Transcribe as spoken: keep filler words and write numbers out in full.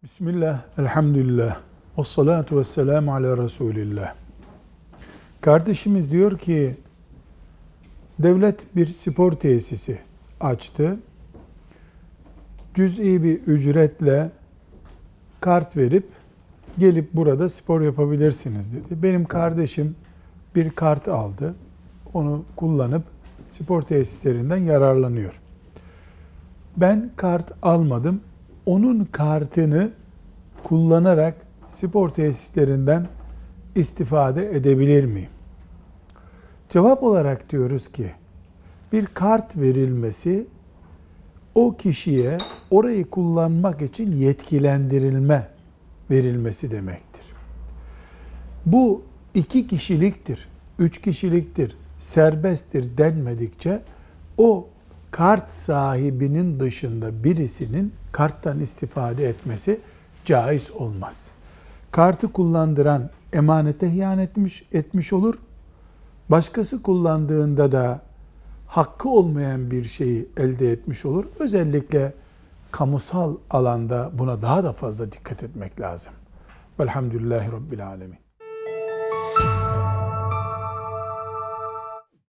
Bismillah, elhamdülillah, ve salatu ve selamu ala Resulillah. Kardeşimiz diyor ki, devlet bir spor tesisi açtı. Cüz'i bir ücretle kart verip, gelip burada spor yapabilirsiniz dedi. Benim kardeşim bir kart aldı. Onu kullanıp spor tesislerinden yararlanıyor. Ben kart almadım. Onun kartını kullanarak spor tesislerinden istifade edebilir miyim? Cevap olarak diyoruz ki, bir kart verilmesi, o kişiye orayı kullanmak için yetkilendirilme verilmesi demektir. Bu iki kişiliktir, üç kişiliktir, serbesttir denmedikçe, o kart sahibinin dışında birisinin karttan istifade etmesi caiz olmaz. Kartı kullandıran emanete ihanet etmiş, etmiş olur. Başkası kullandığında da hakkı olmayan bir şeyi elde etmiş olur. Özellikle kamusal alanda buna daha da fazla dikkat etmek lazım. Velhamdülillahi Rabbil Alemin.